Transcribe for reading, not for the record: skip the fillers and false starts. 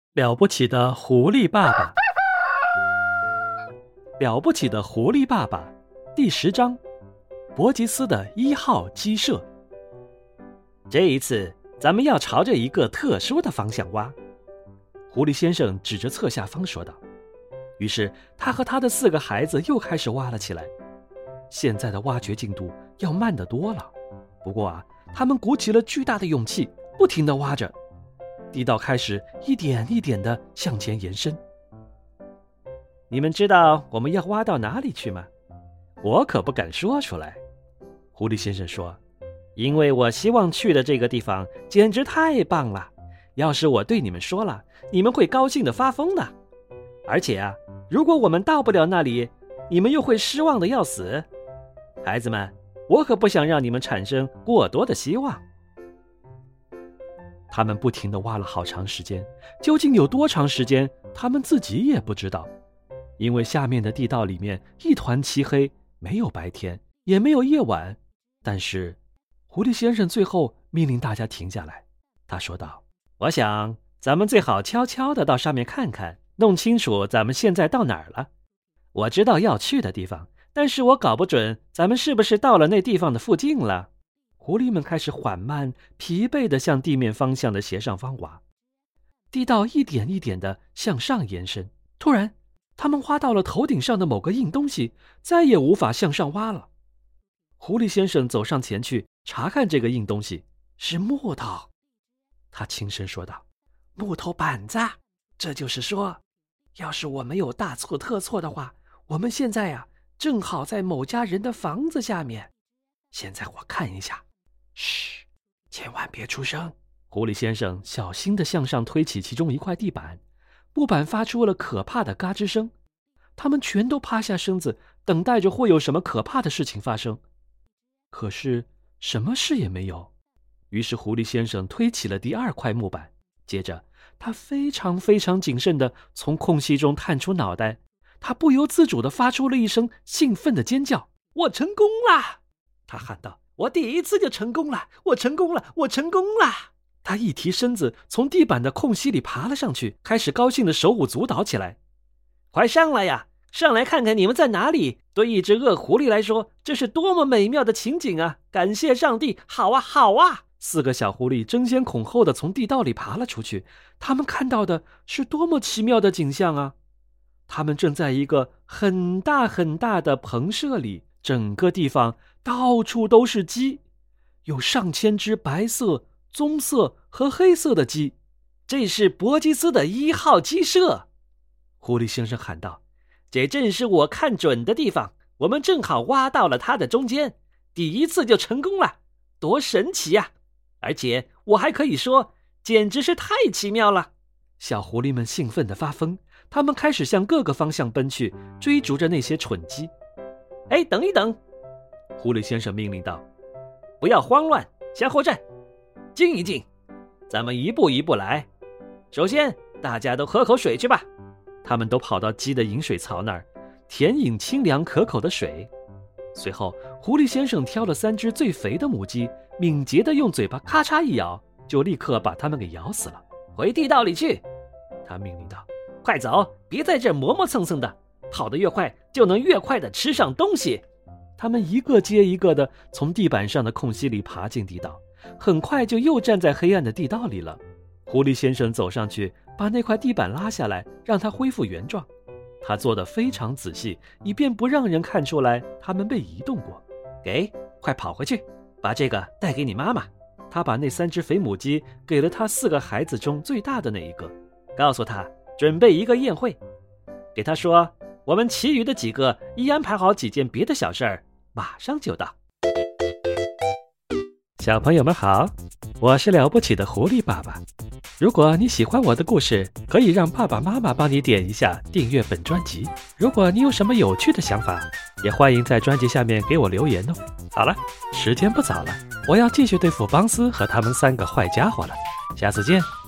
了不起的狐狸爸爸，了不起的狐狸爸爸，第10章，伯吉斯的1号鸡舍。这一次，咱们要朝着一个特殊的方向挖。狐狸先生指着侧下方说道。于是，他和他的4个孩子又开始挖了起来。现在的挖掘进度要慢得多了，不过他们鼓起了巨大的勇气，不停地挖着。地道开始一点一点地向前延伸。你们知道我们要挖到哪里去吗？我可不敢说出来。狐狸先生说，因为我希望去的这个地方简直太棒了，要是我对你们说了，你们会高兴得发疯的。而且如果我们到不了那里，你们又会失望得要死。孩子们，我可不想让你们产生过多的希望。他们不停地挖了好长时间，究竟有多长时间，他们自己也不知道。因为下面的地道里面一团漆黑，没有白天，也没有夜晚。但是，狐狸先生最后命令大家停下来。他说道，我想咱们最好悄悄地到上面看看，弄清楚咱们现在到哪儿了。我知道要去的地方，但是我搞不准咱们是不是到了那地方的附近了。狐狸们开始缓慢、疲惫地向地面方向的斜上方挖，地道一点一点地向上延伸。突然，他们挖到了头顶上的某个硬东西，再也无法向上挖了。狐狸先生走上前去查看这个硬东西，是木头。他轻声说道：“木头板子，这就是说，要是我没有大错特错的话，我们现在正好在某家人的房子下面。现在我看一下。”嘘，千万别出声。狐狸先生小心地向上推起其中一块地板，木板发出了可怕的嘎吱声。他们全都趴下身子，等待着会有什么可怕的事情发生。可是什么事也没有。于是狐狸先生推起了第2块木板，接着他非常非常谨慎地从空隙中探出脑袋，他不由自主地发出了一声兴奋的尖叫：“我成功了！”他喊道。我第1次就成功了！我成功了！我成功了！他一提身子，从地板的空隙里爬了上去，开始高兴地手舞足蹈起来。快上来呀！上来看看你们在哪里！对一只恶狐狸来说，这是多么美妙的情景啊！感谢上帝！好啊，好啊！4个小狐狸争先恐后地从地道里爬了出去。他们看到的是多么奇妙的景象啊！他们正在一个很大很大的棚舍里，整个地方到处都是鸡，有上千只白色、棕色和黑色的鸡。这是伯吉斯的1号鸡舍。狐狸先生喊道，这正是我看准的地方，我们正好挖到了它的中间，第1次就成功了，多神奇呀！而且我还可以说，简直是太奇妙了。小狐狸们兴奋地发疯，他们开始向各个方向奔去，追逐着那些蠢鸡。哎，等一等！狐狸先生命令道，不要慌乱，向后站，静一静，咱们一步一步来。首先，大家都喝口水去吧。他们都跑到鸡的饮水槽那儿，舔饮清凉可口的水。随后，狐狸先生挑了3只最肥的母鸡，敏捷地用嘴巴咔嚓一咬，就立刻把它们给咬死了。回地道里去，他命令道，快走，别在这磨磨蹭蹭的，跑得越快，就能越快地吃上东西。他们一个接一个地从地板上的空隙里爬进地道，很快就又站在黑暗的地道里了。狐狸先生走上去，把那块地板拉下来，让它恢复原状。他做得非常仔细，以便不让人看出来他们被移动过。快跑回去，把这个带给你妈妈。他把那3只肥母鸡给了他4个孩子中最大的那一个，告诉他准备一个宴会，给他说，我们其余的几个一安排好几件别的小事儿，马上就到。小朋友们好，我是了不起的狐狸爸爸。如果你喜欢我的故事，可以让爸爸妈妈帮你点一下订阅本专辑。如果你有什么有趣的想法，也欢迎在专辑下面给我留言哦。好了，时间不早了，我要继续对付邦斯和他们3个坏家伙了。下次见。